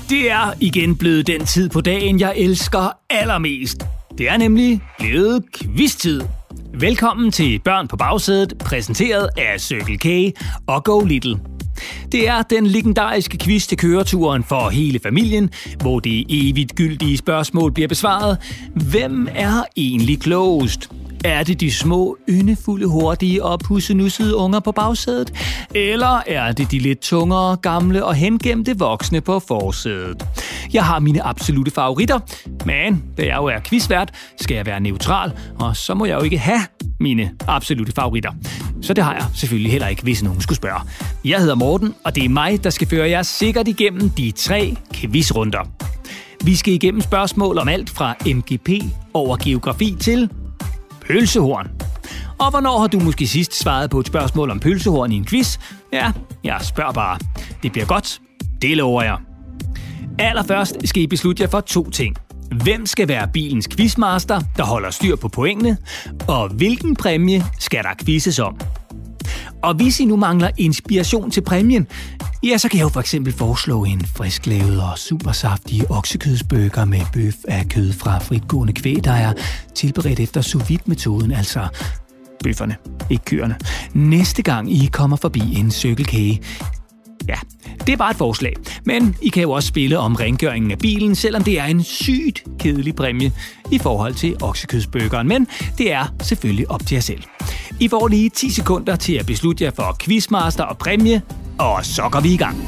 Det er igen blevet den tid på dagen, jeg elsker allermest. Det er nemlig blevet quiz-tid. Velkommen til Børn på bagsædet, præsenteret af Circle K og Go Little. Det er den legendariske quiz til køreturen for hele familien, hvor det evigt gyldige spørgsmål bliver besvaret. Hvem er egentlig klogest? Er det de små, yndefulde, hurtige og pussenussede unger på bagsædet? Eller er det de lidt tungere, gamle og hengemte voksne på forsædet? Jeg har mine absolute favoritter, men da jeg jo er quizvært, skal jeg være neutral, og så må jeg jo ikke have mine absolute favoritter. Så det har jeg selvfølgelig heller ikke, hvis nogen skulle spørge. Jeg hedder Morten, og det er mig, der skal føre jer sikkert igennem de 3 quizrunder. Vi skal igennem spørgsmål om alt fra MGP over geografi til pølsehorn. Og hvornår har du måske sidst svaret på et spørgsmål om pølsehorn i en quiz? Ja, jeg spørger bare. Det bliver godt. Det lover jeg. Allerførst skal I beslutte jer for 2 ting. Hvem skal være bilens quizmaster, der holder styr på pointene? Og hvilken præmie skal der quizzes om? Og hvis I nu mangler inspiration til præmien, ja, så kan jeg jo for eksempel foreslå en frisklavet og supersaftig oksekødsburger med bøf af kød fra fritgående kvæg, der er tilberedt efter sous vide-metoden, altså bøfferne, ikke køerne. Næste gang I kommer forbi en Circle K. Ja, det er bare et forslag, men I kan jo også spille om rengøringen af bilen, selvom det er en sygt kedelig præmie i forhold til oksekødsburgeren, men det er selvfølgelig op til jer selv. I får lige 10 sekunder til at beslutte jer for quizmaster og præmie, og så går vi i gang.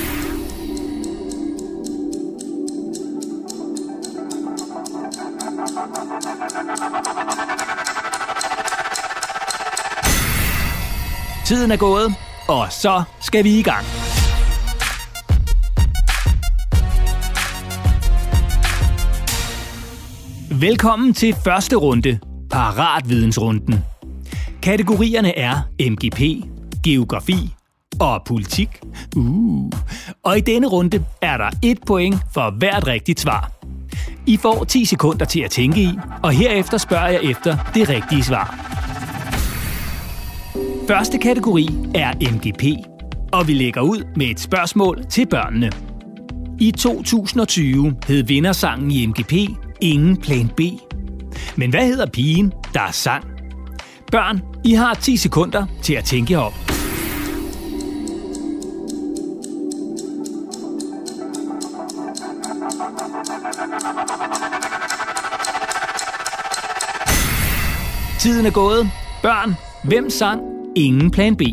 Tiden er gået, og så skal vi i gang. Velkommen til første runde, Paratvidensrunden. Kategorierne er MGP, geografi og politik. Og i denne runde er der 1 point for hvert rigtigt svar. I får 10 sekunder til at tænke i, og herefter spørger jeg efter det rigtige svar. Første kategori er MGP, og vi lægger ud med et spørgsmål til børnene. I 2020 hed vindersangen i MGP Ingen Plan B. Men hvad hedder pigen, der sang? Børn, I har 10 sekunder til at tænke jer om. Tiden er gået. Børn, hvem sang Ingen Plan B?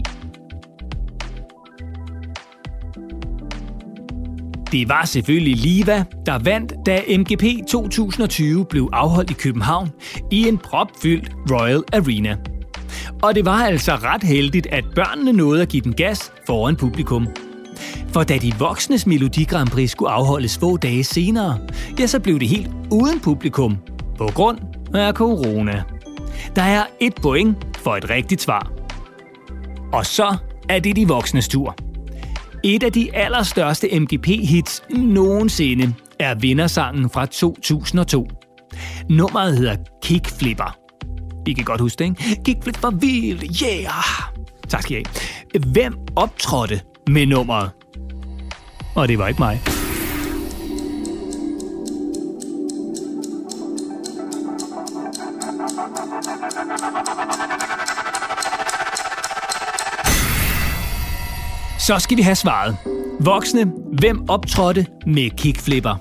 Det var selvfølgelig Liva, der vandt, da MGP 2020 blev afholdt i København i en propfyldt Royal Arena. Og det var altså ret heldigt, at børnene nåede at give den gas foran publikum. For da de voksnes Melodi Grand Prix skulle afholdes få dage senere, ja, så blev det helt uden publikum på grund af corona. Der er 1 point for et rigtigt svar. Og så er det de voksnes tur. Et af de allerstørste MGP-hits nogensinde er vindersangen fra 2002. Nummeret hedder Kickflipper. I kan godt huske det, ikke? Kickflipper vild, yeah! Tak skal I have. Hvem optrådte med nummeret? Og det var ikke mig. Så skal vi have svaret. Voksne, hvem optrådte med Kickflipper?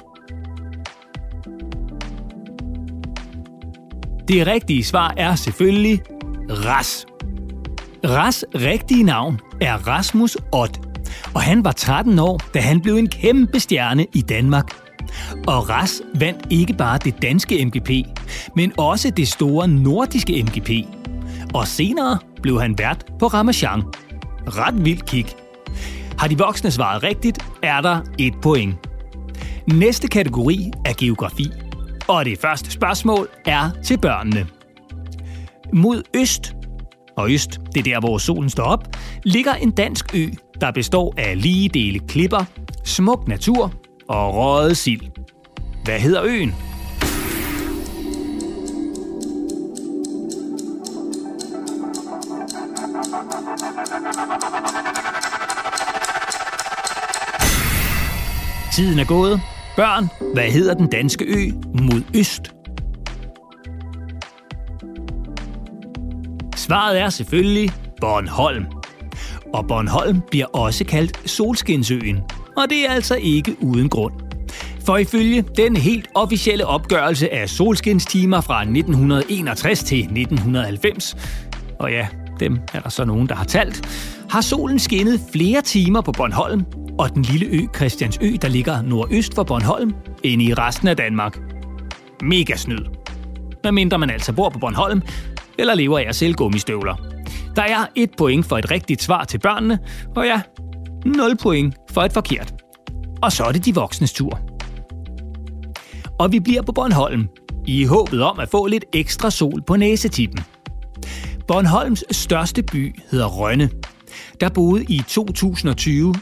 Det rigtige svar er selvfølgelig Ras. Ras' rigtige navn er Rasmus Ott, og han var 13 år, da han blev en kæmpe stjerne i Danmark. Og Ras vandt ikke bare det danske MGP, men også det store nordiske MGP. Og senere blev han vært på Ramasjang. Ret vildt kick. Har de voksne svaret rigtigt, er der 1 point. Næste kategori er geografi, og det første spørgsmål er til børnene. Mod øst, og øst, det er der, hvor solen står op, ligger en dansk ø, der består af lige dele klipper, smuk natur og røget sild. Hvad hedder øen? Tiden er gået. Børn, hvad hedder den danske ø mod øst? Svaret er selvfølgelig Bornholm. Og Bornholm bliver også kaldt Solskinsøen, og det er altså ikke uden grund. For ifølge den helt officielle opgørelse af solskinstimer fra 1961 til 1990, og ja, dem er der så nogen, der har talt, har solen skinnet flere timer på Bornholm og den lille ø Christiansø, der ligger nordøst for Bornholm, end i resten af Danmark. Mega snyd. Medmindre man altså bor på Bornholm, eller lever af at sælge gummistøvler. Der er 1 point for et rigtigt svar til børnene, og ja, 0 point for et forkert. Og så er det de voksnes tur. Og vi bliver på Bornholm, i håbet om at få lidt ekstra sol på næsetippen. Bornholms største by hedder Rønne. Der boede i 2020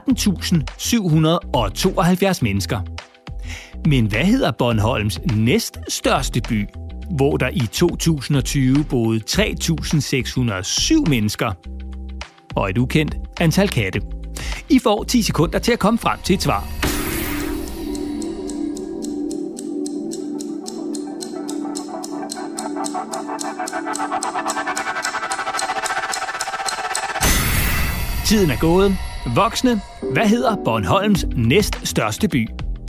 13.772 mennesker. Men hvad hedder Bornholms næststørste by, hvor der i 2020 boede 3.607 mennesker? Og et ukendt antal katte. I får 10 sekunder til at komme frem til et svar. Tiden er gået. Voksne, hvad hedder Bornholms næststørste by?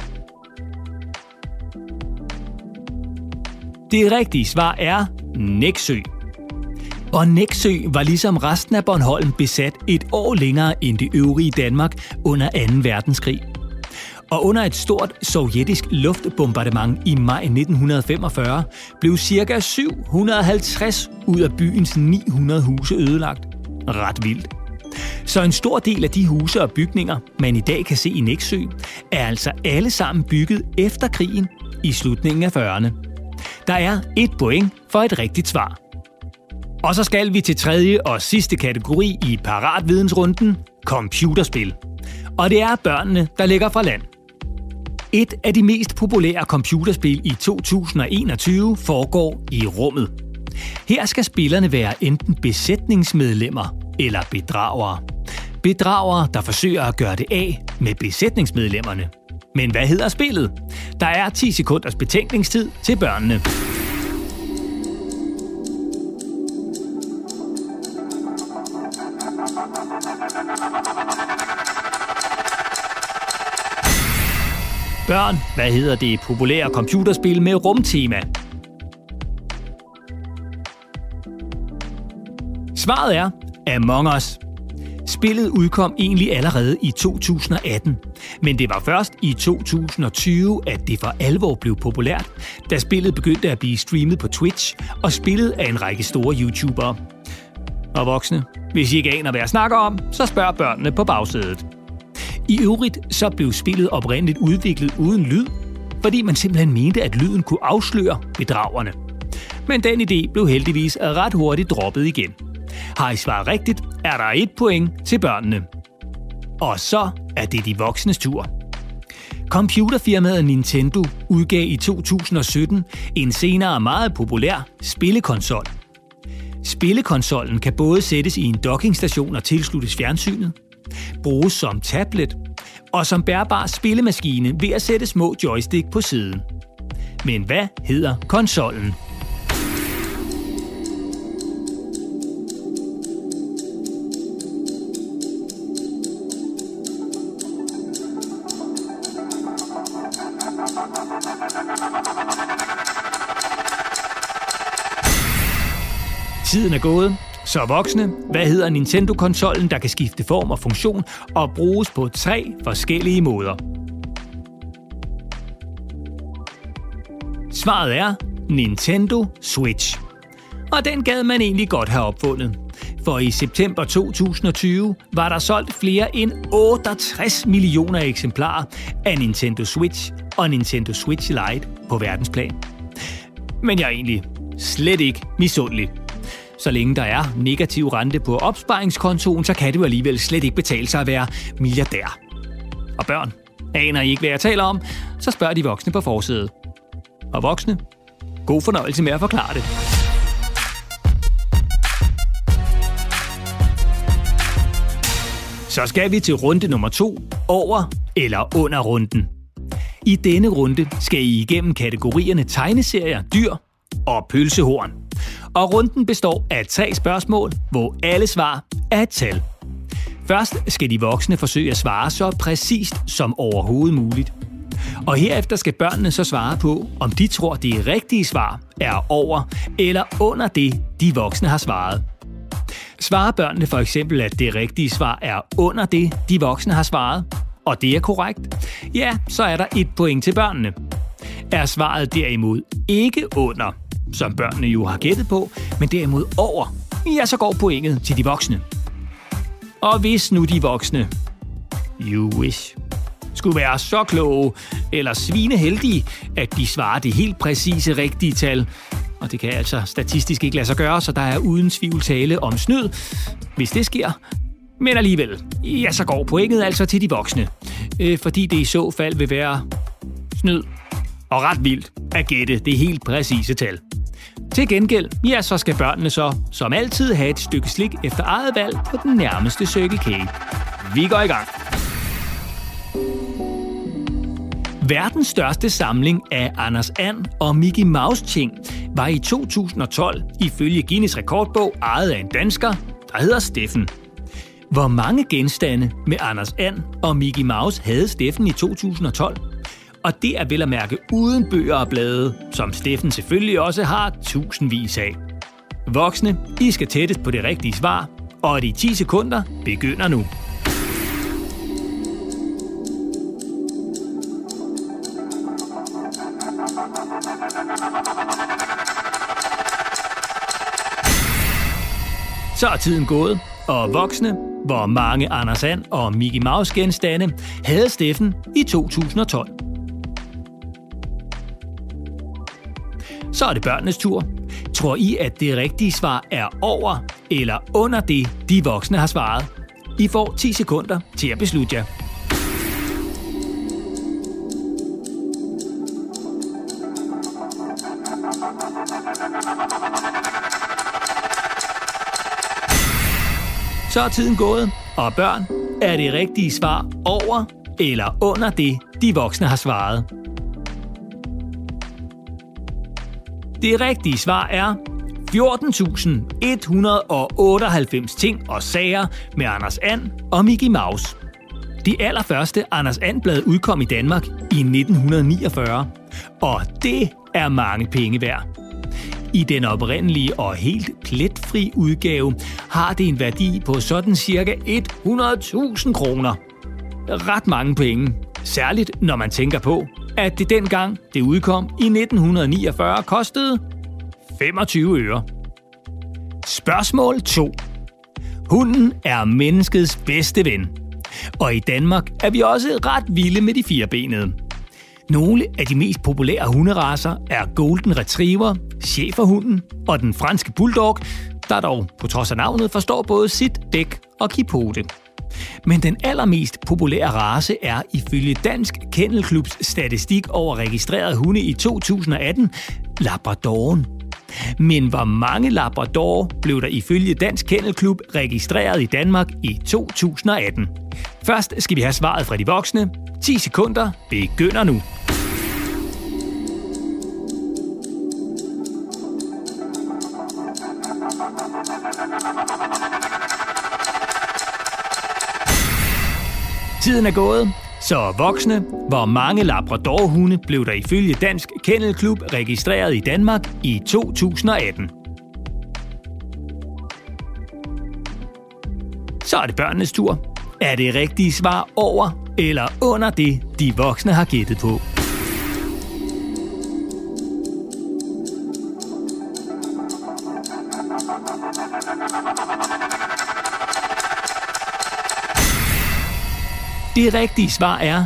Det rigtige svar er Nexø. Og Nexø var ligesom resten af Bornholm besat et år længere end det øvrige Danmark under 2. verdenskrig. Og under et stort sovjetisk luftbombardement i maj 1945 blev ca. 750 ud af byens 900 huse ødelagt. Ret vildt. Så en stor del af de huse og bygninger, man i dag kan se i Nexø, er altså alle sammen bygget efter krigen i slutningen af 40'erne. Der er 1 point for et rigtigt svar. Og så skal vi til tredje og sidste kategori i paratvidensrunden, computerspil. Og det er børnene, der ligger fra land. Et af de mest populære computerspil i 2021 foregår i rummet. Her skal spillerne være enten besætningsmedlemmer eller bedragere. Bedragere, der forsøger at gøre det af med besætningsmedlemmerne. Men hvad hedder spillet? Der er 10 sekunders betænkningstid til børnene. Børn, hvad hedder det populære computerspil med rumtema? Svaret er Among Us. Spillet udkom egentlig allerede i 2018, men det var først i 2020, at det for alvor blev populært, da spillet begyndte at blive streamet på Twitch og spillet af en række store YouTubere. Og voksne, hvis I ikke aner, hvad jeg snakker om, så spørg børnene på bagsædet. I øvrigt så blev spillet oprindeligt udviklet uden lyd, fordi man simpelthen mente, at lyden kunne afsløre bedragerne. Men den idé blev heldigvis ret hurtigt droppet igen. Har I svaret rigtigt, er der 1 point til børnene. Og så er det de voksnes tur. Computerfirmaet Nintendo udgav i 2017 en senere meget populær spillekonsol. Spillekonsollen kan både sættes i en dockingstation og tilsluttes fjernsynet, bruges som tablet og som bærbar spillemaskine ved at sætte små joystick på siden. Men hvad hedder konsollen? Tiden er gået. Så voksne, hvad hedder Nintendo-konsollen, der kan skifte form og funktion og bruges på 3 forskellige måder? Svaret er Nintendo Switch. Og den gad man egentlig godt have opfundet. For i september 2020 var der solgt flere end 68 millioner eksemplarer af Nintendo Switch og Nintendo Switch Lite på verdensplan. Men jeg er egentlig slet ikke misundelig. Så længe der er negativ rente på opsparingskontoen, så kan det jo alligevel slet ikke betale sig at være milliardær. Og børn, aner I ikke, hvad jeg taler om, så spørg de voksne på forsædet. Og voksne, god fornøjelse med at forklare det. Så skal vi til runde nummer 2 over eller under runden. I denne runde skal I igennem kategorierne tegneserier, dyr og pølsehorn. Og runden består af 3 spørgsmål, hvor alle svar er et tal. Først skal de voksne forsøge at svare så præcist som overhovedet muligt. Og herefter skal børnene så svare på, om de tror, det rigtige svar er over eller under det, de voksne har svaret. Svarer børnene for eksempel, at det rigtige svar er under det, de voksne har svaret, og det er korrekt, ja, så er der 1 point til børnene. Er svaret derimod ikke under, som børnene jo har gættet på, men derimod over, ja, så går pointet til de voksne. Og hvis nu de voksne, you wish, skulle være så kloge eller svineheldige, at de svarer det helt præcise rigtige tal, og det kan altså statistisk ikke lade sig gøre, så der er uden tvivl tale om snyd, hvis det sker. Men alligevel, ja, så går pointet altså til de voksne, fordi det i så fald vil være snyd og ret vildt at gætte det helt præcise tal. Til gengæld, ja, så skal børnene så som altid have et stykke slik efter eget valg på den nærmeste Circle K. Vi går i gang. Verdens største samling af Anders And og Mickey Mouse ting var i 2012 ifølge Guinness rekordbog ejet af en dansker, der hedder Steffen. Hvor mange genstande med Anders And og Mickey Mouse havde Steffen i 2012? Og det er vel at mærke uden bøger og blade, som Steffen selvfølgelig også har tusindvis af. Voksne, I skal tættest på det rigtige svar, og de 10 sekunder begynder nu. Så er tiden gået, og voksne, hvor mange Anders And og Mickey Mouse genstande havde Steffen i 2012. Så er det børnenes tur. Tror I, at det rigtige svar er over eller under det, de voksne har svaret? I får 10 sekunder til at beslutte jer. Så er tiden gået, og børn, er det rigtige svar over eller under det, de voksne har svaret? Det rigtige svar er 14.198 ting og sager med Anders And og Mickey Mouse. Det allerførste Anders And-blad udkom i Danmark i 1949, og det er mange penge værd. I den oprindelige og helt pletfri udgave har det en værdi på sådan cirka 100.000 kroner. Ret mange penge, særligt når man tænker på, at det dengang det udkom i 1949 kostede 25 øre. Spørgsmål 2. Hunden er menneskets bedste ven. Og i Danmark er vi også ret vilde med de firbenede. Nogle af de mest populære hunderacer er Golden Retriever, schæferhunden og den franske bulldog, der dog på trods af navnet forstår både sit, dæk og kipote. Men den allermest populære race er ifølge Dansk Kennelklubs statistik over registrerede hunde i 2018 Labradoren. Men hvor mange Labrador blev der ifølge Dansk Kennelklub registreret i Danmark i 2018? Først skal vi have svaret fra de voksne. 10 sekunder begynder nu. Tiden er gået, så voksne, hvor mange Labrador-hunde blev der ifølge Dansk Kennelklub registreret i Danmark i 2018? Så er det børnenes tur. Er det rigtige svar over eller under det, de voksne har gættet på? Det rigtige svar er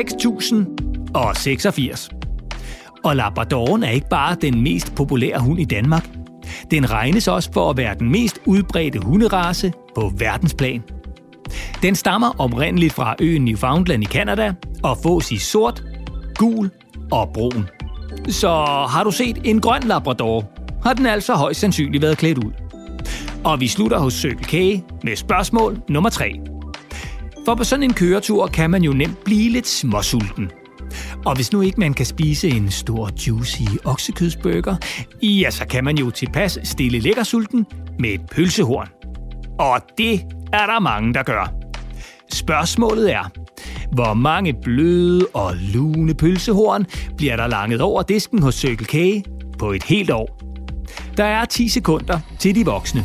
6.086. Og Labradoren er ikke bare den mest populære hund i Danmark. Den regnes også for at være den mest udbredte hunderace på verdensplan. Den stammer oprindeligt fra øen Newfoundland i Canada og fås i sort, gul og brun. Så har du set en grøn Labrador, har den altså højst sandsynligt været klædt ud. Og vi slutter hos Circle K med spørgsmål nummer 3. For på sådan en køretur kan man jo nemt blive lidt småsulten. Og hvis nu ikke man kan spise en stor juicy oksekødsburger, ja, så kan man jo tilpas stille lækkersulten med et pølsehorn. Og det er der mange, der gør. Spørgsmålet er, hvor mange bløde og lune pølsehorn bliver der langet over disken hos Circle K på et helt år? Der er 10 sekunder til de voksne.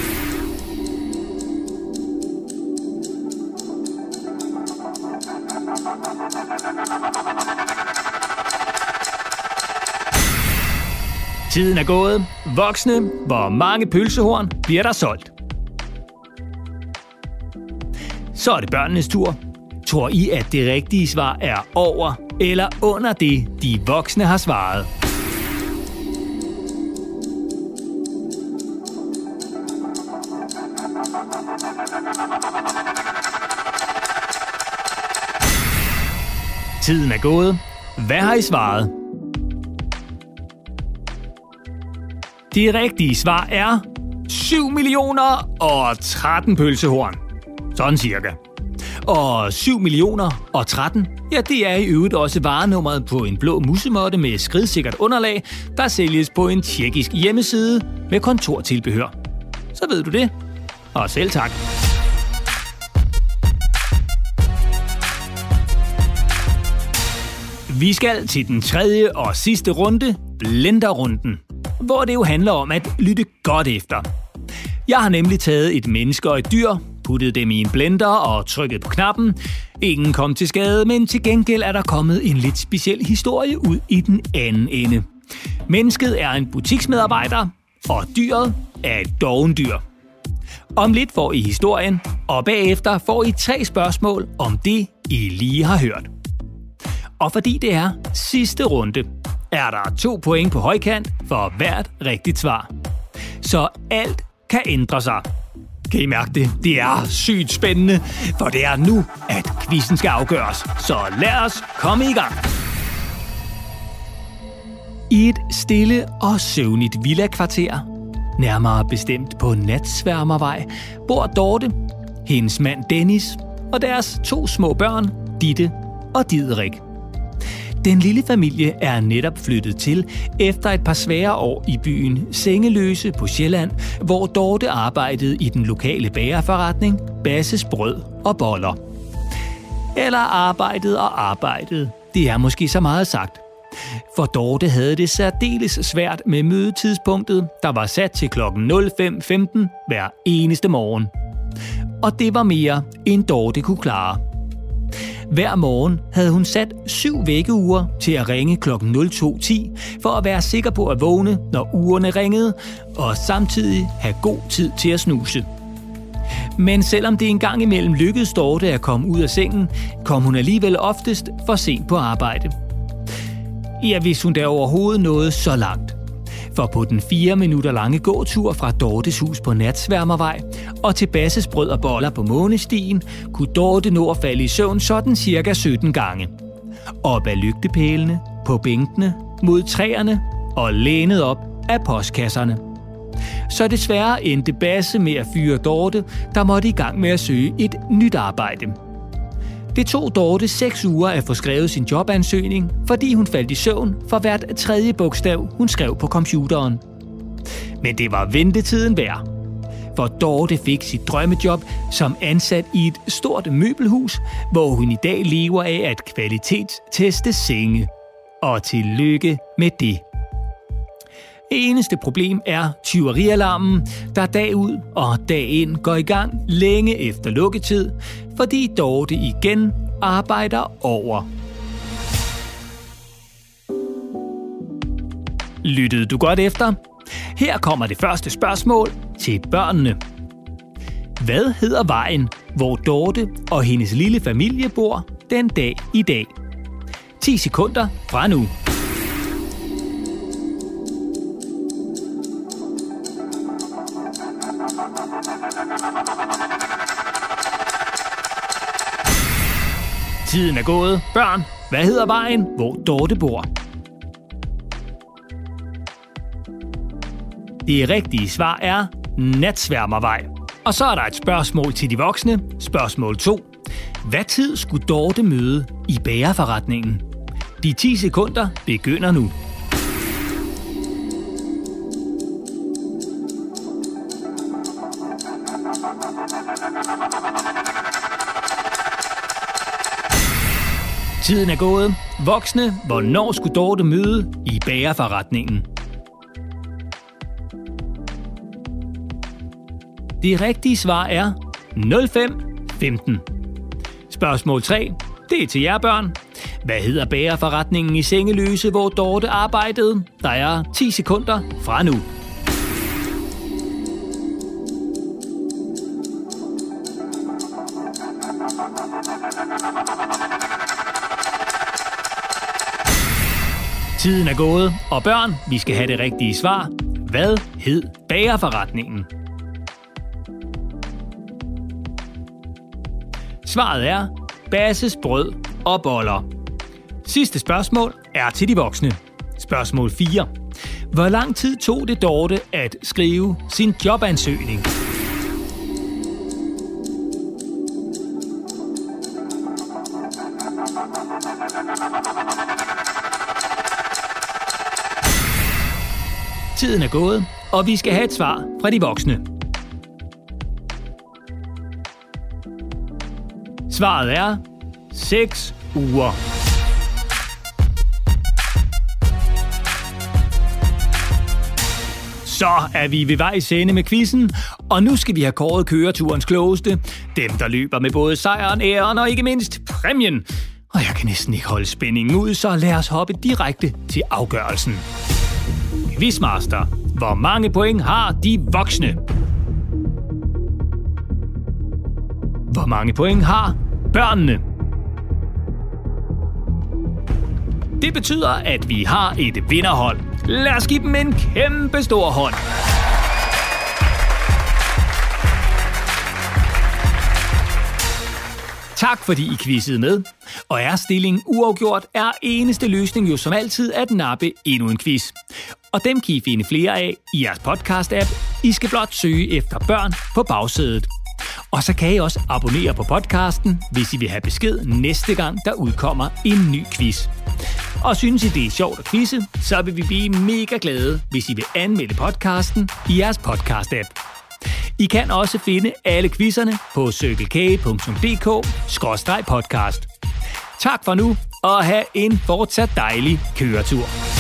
Tiden er gået. Voksne, hvor mange pølsehorn bliver der solgt? Så er det børnenes tur. Tror I, at det rigtige svar er over eller under det, de voksne har svaret? Tiden er gået. Hvad har I svaret? Det rigtige svar er 7.013.000 pølsehorn. Sådan cirka. Og 7.013.000, ja, det er i øvrigt også varenummeret på en blå musemåtte med skridsikkert underlag, der sælges på en tjekkisk hjemmeside med kontortilbehør. Så ved du det. Og selv tak. Vi skal til den tredje og sidste runde, blenderrunden, hvor det jo handler om at lytte godt efter. Jeg har nemlig taget et menneske og et dyr, puttet dem i en blender og trykket på knappen. Ingen kom til skade, men til gengæld er der kommet en lidt speciel historie ud i den anden ende. Mennesket er en butiksmedarbejder, og dyret er et dovendyr. Om lidt får I historien, og bagefter får I 3 spørgsmål om det, I lige har hørt. Og fordi det er sidste runde, er der 2 point på højkant for hvert rigtigt svar. Så alt kan ændre sig. Kan I mærke det? Det er sygt spændende, for det er nu, at quizzen skal afgøres. Så lad os komme i gang. I et stille og søvnigt villakvarter, nærmere bestemt på Natsværmervej, bor Dorte, hendes mand Dennis og deres 2 små børn, Ditte og Didrik. Den lille familie er netop flyttet til efter et par svære år i byen Sengeløse på Sjælland, hvor Dorte arbejdede i den lokale bagerforretning Basses Brød og Boller. Eller arbejdede, det er måske så meget sagt. For Dorte havde det særdeles svært med mødetidspunktet, der var sat til kl. 05.15 hver eneste morgen. Og det var mere, end Dorte kunne klare. Hver morgen havde hun sat 7 vækkeure til at ringe kl. 02.10 for at være sikker på at vågne, når urene ringede, og samtidig have god tid til at snuse. Men selvom det engang imellem lykkedes Dorte at komme ud af sengen, kom hun alligevel oftest for sent på arbejde. Ja, hvis hun da overhovedet nåede så langt. For på den 4 minutter lange gåtur fra Dortes hus på Natsværmervej og til Basses Brød og Boller på Månestien, kunne Dorte nå at falde i søvn sådan cirka 17 gange. Op ad lygtepælene, på bænkene, mod træerne og lænet op af postkasserne. Så desværre endte Basse med at fyre Dorte, der måtte i gang med at søge et nyt arbejde. Det tog Dorte 6 uger at få skrevet sin jobansøgning, fordi hun faldt i søvn for hvert 3. bogstav, hun skrev på computeren. Men det var ventetiden værd. For Dorte fik sit drømmejob som ansat i et stort møbelhus, hvor hun i dag lever af at kvalitetsteste senge. Og tillykke med det. Eneste problem er tyverialarmen, der dag ud og dag ind går i gang længe efter lukketid, fordi Dorte igen arbejder over. Lyttede du godt efter? Her kommer det første spørgsmål til børnene. Hvad hedder vejen, hvor Dorte og hendes lille familie bor den dag i dag? 10 sekunder fra nu. Tiden er gået. Børn, hvad hedder vejen, hvor Dorte bor? Det rigtige svar er Natsværmervej. Og så er der et spørgsmål til de voksne. Spørgsmål 2. Hvad tid skulle Dorte møde i bagerforretningen? De 10 sekunder begynder nu. Tiden er gået. Voksne, hvornår skulle Dorte møde i bagerforretningen? Det rigtige svar er 05:15. Spørgsmål 3. Det er til jer børn. Hvad hedder bagerforretningen i Sengeløse, hvor Dorte arbejdede? Der er 10 sekunder fra nu. Tiden er gået, og børn, vi skal have det rigtige svar. Hvad hed bagerforretningen? Svaret er Basses brød og boller. Sidste spørgsmål er til de voksne. Spørgsmål 4. Hvor lang tid tog det Dorte at skrive sin jobansøgning? Tiden er gået, og vi skal have et svar fra de voksne. Svaret er 6 uger. Så er vi ved vejs ende med quizzen, og nu skal vi have kåret køreturens klogeste. Dem, der løber med både sejren, æren og ikke mindst præmien. Og jeg kan næsten ikke holde spændingen ud, så lad os hoppe direkte til afgørelsen. Quizmaster, hvor mange point har de voksne? Hvor mange point har børnene? Det betyder, at vi har et vinderhold. Lad os give dem en kæmpe stor hånd. Tak fordi I quizzede med. Og er stillingen uafgjort, er eneste løsning jo som altid at nappe endnu en quiz. Og dem kan I finde flere af i jeres podcast-app. I skal blot søge efter børn på bagsædet. Og så kan I også abonnere på podcasten, hvis I vil have besked næste gang, der udkommer en ny quiz. Og synes I, det er sjovt at quizze, så vil vi blive mega glade, hvis I vil anmelde podcasten i jeres podcast-app. I kan også finde alle quizzerne på circlek.dk/podcast. Tak for nu, og have en fortsat dejlig køretur.